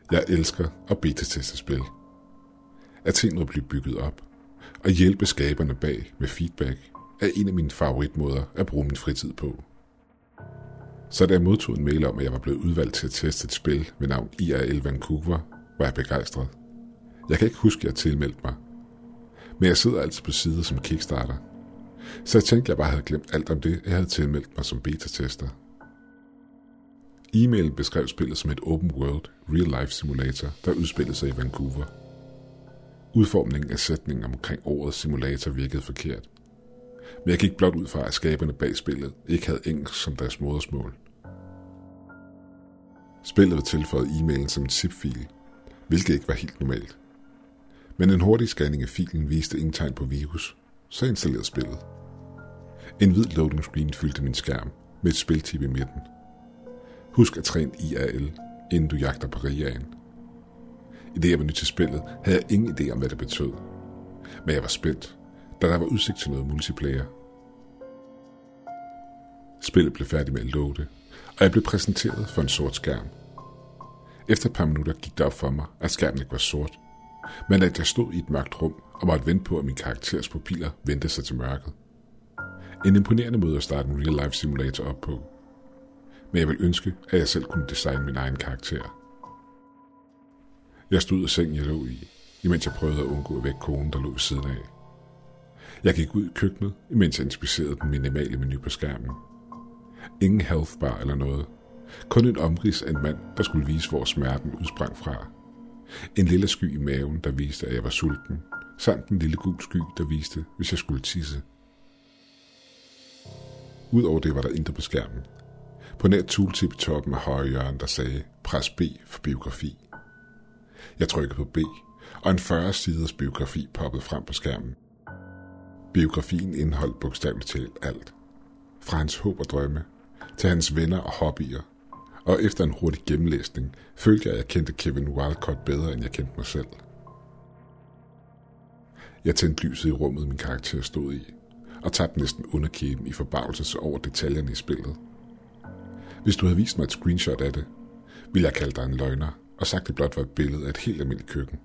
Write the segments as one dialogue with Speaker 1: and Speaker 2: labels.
Speaker 1: Jeg elsker at beta-teste spil. At se noget blive bygget op, og hjælpe skaberne bag med feedback, er en af mine favoritmåder at bruge min fritid på. Så da jeg modtog en mail om, at jeg var blevet udvalgt til at teste et spil ved navn IRL Vancouver, var jeg begejstret. Jeg kan ikke huske, at jeg tilmeldte mig, men jeg sidder altid på sider som Kickstarter, så jeg tænkte, at jeg bare havde glemt alt om det, jeg havde tilmeldt mig som beta-tester. E-mailen beskrev spillet som et open world, real-life simulator, der udspillede sig i Vancouver. Udformningen af sætningen omkring ordet simulator virkede forkert, men jeg gik blot ud fra, at skaberne bag spillet ikke havde engelsk som deres modersmål. Spillet var tilføjet e-mailen som en zip-fil, hvilket ikke var helt normalt. Men en hurtig scanning af filen viste ingen tegn på virus, så jeg installerede spillet. En hvid loading screen fyldte min skærm med et spiltip i midten. Husk at træne IRL, inden du jagter på Riaen. I det jeg var ny til spillet, havde jeg ingen idé om, hvad det betød. Men jeg var spændt, da der var udsigt til noget multiplayer. Spillet blev færdig med at loade, og jeg blev præsenteret for en sort skærm. Efter et par minutter gik det op for mig, at skærmen ikke var sort, men at jeg stod i et mørkt rum og måtte vente på, at min karakteres pupiller vendte sig til mørket. En imponerende måde at starte en real-life simulator op på. Men jeg ville ønske, at jeg selv kunne designe min egen karakter. Jeg stod ud af sengen, jeg lå i, imens jeg prøvede at undgå at vække konen, der lå ved siden af. Jeg gik ud i køkkenet, imens jeg inspicerede den minimale menu på skærmen. Ingen health bar eller noget. Kun et omrids af en mand, der skulle vise, hvor smerten udsprang fra. En lille sky i maven, der viste, at jeg var sulten, samt en lille gul sky, der viste, hvis jeg skulle tisse. Udover det var der intet på skærmen. På nær et tooltip i toppen af højre hjørne, der sagde, pres B for biografi. Jeg trykkede på B, og en 40-siders biografi poppede frem på skærmen. Biografien indeholdt bogstaveligt talt alt. Fra hans håb og drømme, til hans venner og hobbyer. Og efter en hurtig gennemlæsning, følte jeg, at jeg kendte Kevin Wildcott bedre, end jeg kendte mig selv. Jeg tændte lyset i rummet, min karakter stod i, og tabte næsten underkæben i forbavelse over detaljerne i spillet. Hvis du havde vist mig et screenshot af det, ville jeg kalde dig en løgner, og sagt det blot var et billede af et helt almindeligt køkken.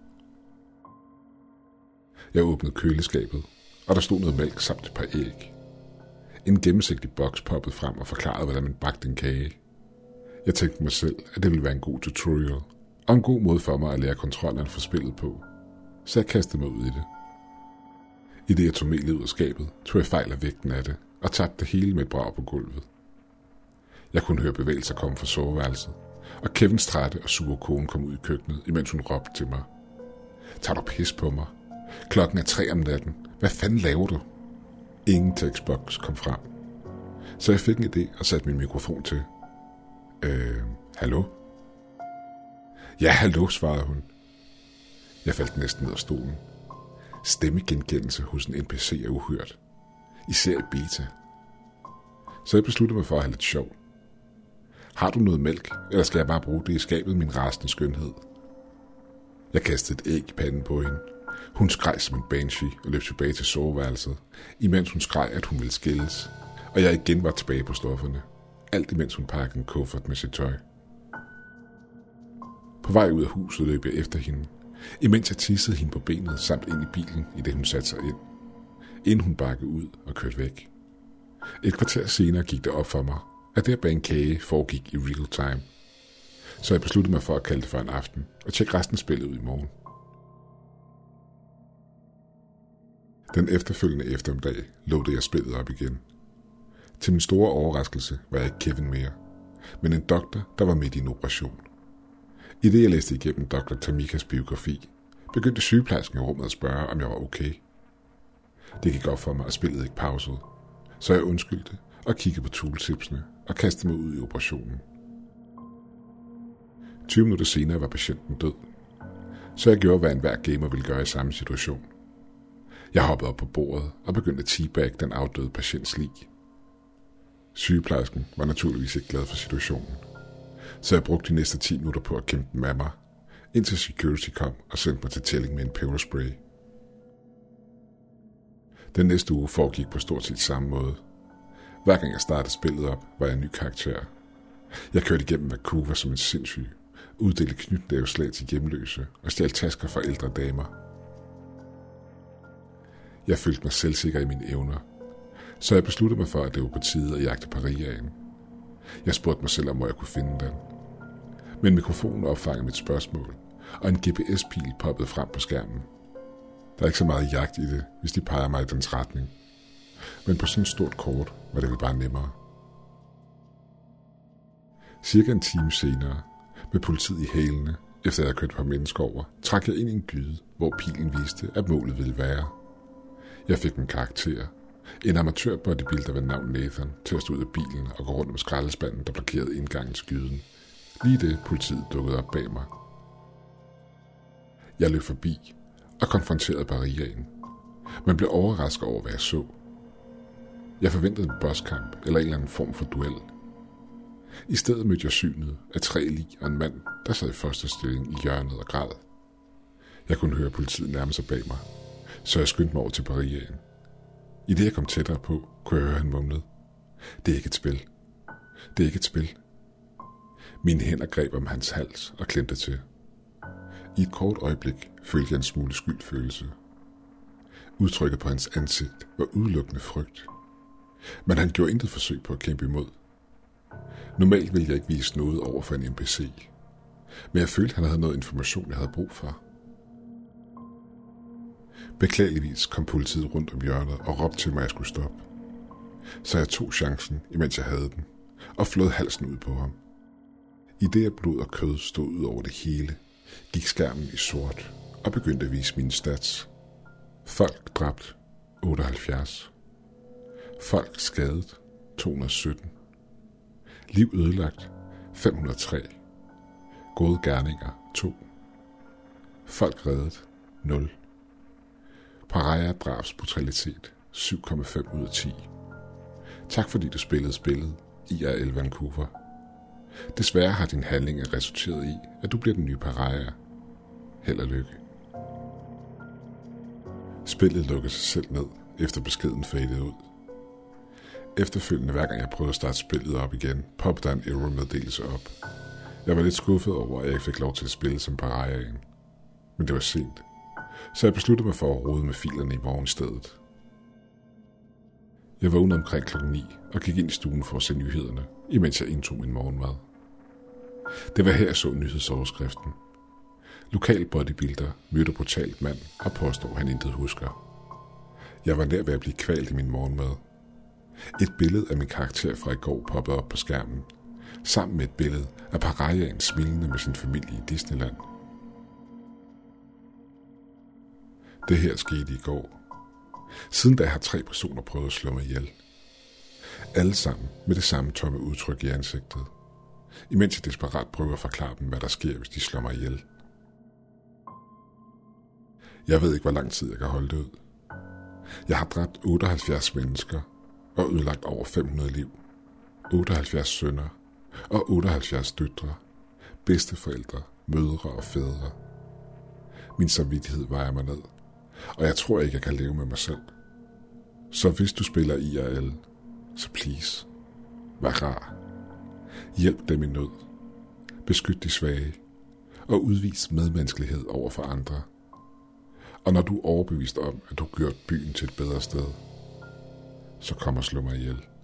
Speaker 1: Jeg åbnede køleskabet, og der stod noget mælk samt et par æg. En gennemsigtig boks poppede frem og forklarede, hvordan man bagte en kage. Jeg tænkte mig selv, at det ville være en god tutorial, og en god måde for mig at lære kontrollerne for spillet på, så jeg kastede mig ud i det. I det jeg tog melet ud af skabet, tog jeg fejl af vægten af det, og tabte det hele med et brag på gulvet. Jeg kunne høre bevægelser komme fra soveværelset, og Kevins trætte og sure kone kom ud i køkkenet, imens hun råbte til mig. Tager du pis på mig? Klokken er 3 om natten. Hvad fanden laver du? Ingen tekstboks kom frem. Så jeg fik en idé og satte min mikrofon til. Hallo? Ja, hallo, svarede hun. Jeg faldt næsten ned af stolen. Stemmegenkendelse hos en NPC er uhørt. Især i beta. Så jeg besluttede mig for at have lidt sjov. Har du noget mælk, eller skal jeg bare bruge det i skabet min rasende skønhed? Jeg kastede et æg i panden på hende. Hun skreg som en banshee og løb tilbage til soveværelset, imens hun skreg, at hun ville skilles, og jeg igen var tilbage på stofferne. Alt imens hun pakkede en kuffert med sit tøj. På vej ud af huset løb jeg efter hende, imens jeg tissede hende på benet samt ind i bilen, i det hun satte sig ind, inden hun bakkede ud og kørte væk. Et kvarter senere gik det op for mig, at det at bage en kage foregik i real time. Så jeg besluttede mig for at kalde det for en aften og tjekke resten af spillet ud i morgen. Den efterfølgende eftermiddag loadede jeg spillet op igen. Til min store overraskelse var jeg ikke Kevin mere, men en doktor, der var midt i en operation. I det jeg læste igennem Dr. Tamikas biografi, begyndte sygeplejersken i rummet at spørge, om jeg var okay. Det gik op for mig, at spillet ikke pausede, så jeg undskyldte og kiggede på tooltipsene og kastede mig ud i operationen. 20 minutter senere var patienten død, så jeg gjorde, hvad enhver gamer ville gøre i samme situation. Jeg hoppede op på bordet og begyndte at teabagge den afdøde patients lig. Sygeplejersken var naturligvis ikke glad for situationen, så jeg brugte de næste 10 minutter på at kæmpe med mig, indtil security kom og sendte mig til tælling med en peberspray. Den næste uge foregik på stort set samme måde. Hver gang jeg startede spillet op, var jeg en ny karakter. Jeg kørte igennem Vancouver som en sindssyg, uddelte knytnæveslag til hjemløse og stjal tasker fra ældre damer. Jeg følte mig selvsikker i mine evner, så jeg besluttede mig for, at det var på tide at jagte pariaen. Jeg spurgte mig selv om, hvor jeg kunne finde den. Men mikrofonen opfangede mit spørgsmål, og en GPS-pil poppede frem på skærmen. Der er ikke så meget jagt i det, hvis de peger mig i dens retning. Men på sådan et stort kort var det vel bare nemmere. Cirka en time senere, med politiet i hælene, efter jeg havde kørt et par mennesker over, trak jeg ind i en gyde, hvor pilen viste, at målet ville være. Jeg fik en karakter. En amatør-bodybuilder ved navn Nathan til at stå ud af bilen og gå rundt om skraldespanden, der blokerede indgangen til gyden. Lige det politiet dukkede op bag mig. Jeg løb forbi og konfronterede pariaen. Man blev overrasket over, hvad jeg så. Jeg forventede en bosskamp eller en eller anden form for duel. I stedet mødte jeg synet af 3 lig og en mand, der sad i første stilling i hjørnet og græd. Jeg kunne høre politiet nærme sig bag mig, så jeg skyndte mig over til pariaen. I det jeg kom tættere på, kunne jeg høre han mumlede: "Det er ikke et spil. Det er ikke et spil." Mine hænder greb om hans hals og klemte til. I et kort øjeblik følte jeg en smule skyldfølelse. Udtrykket på hans ansigt var udelukkende frygt. Men han gjorde intet forsøg på at kæmpe imod. Normalt ville jeg ikke vise noget over for en NPC, men jeg følte, han havde noget information, jeg havde brug for. Beklageligvis kom politiet rundt om hjørnet og råbte til mig, at jeg skulle stoppe. Så jeg tog chancen, imens jeg havde den, og flåede halsen ud på ham. I det at blod og kød stod ud over det hele, gik skærmen i sort og begyndte at vise mine stats. Folk dræbt 78. Folk skadet 217. Liv ødelagt 503. Gode gerninger 2. Folk reddet 0. Pariah drabs brutalitet 7,5 ud af 10. Tak fordi du spillede spillet IRL Vancouver. Desværre har din handling resulteret i, at du bliver den nye Pariah. Held og lykke. Spillet lukkede sig selv ned, efter beskeden fadede ud. Efterfølgende, hver gang jeg prøvede at starte spillet op igen, poppede der en error-meddelelse op. Jeg var lidt skuffet over, at jeg ikke fik lov til at spille som Pariahen. Men det var sent, så jeg besluttede mig for at rode med filerne i morgen i stedet. Jeg vågnede omkring klokken 9 og gik ind i stuen for at se nyhederne, imens jeg indtog min morgenmad. Det var her, jeg så nyhedsoverskriften. Lokal bodybuilder mødte brutalt mand og påstår, han intet husker. Jeg var nær ved at blive kvalt i min morgenmad. Et billede af min karakter fra i går poppede op på skærmen, sammen med et billede af Pariahen smilende med sin familie i Disneyland. Det her skete i går. Siden da har 3 personer prøvet at slå mig ihjel. Alle sammen med det samme tomme udtryk i ansigtet, imens jeg desperat prøver at forklare dem, hvad der sker, hvis de slår mig ihjel. Jeg ved ikke, hvor lang tid jeg kan holde det ud. Jeg har dræbt 78 mennesker og ødelagt over 500 liv. 78 sønner og 78 døtre, bedsteforældre, mødre og fædre. Min samvittighed vejer mig ned, og jeg tror ikke, jeg kan leve med mig selv. Så hvis du spiller IRL, så please, vær rar. Hjælp dem i nød. Beskyt de svage. Og udvis medmenneskelighed over for andre. Og når du er overbevist om, at du har gjort byen til et bedre sted, så kom og slå mig ihjel.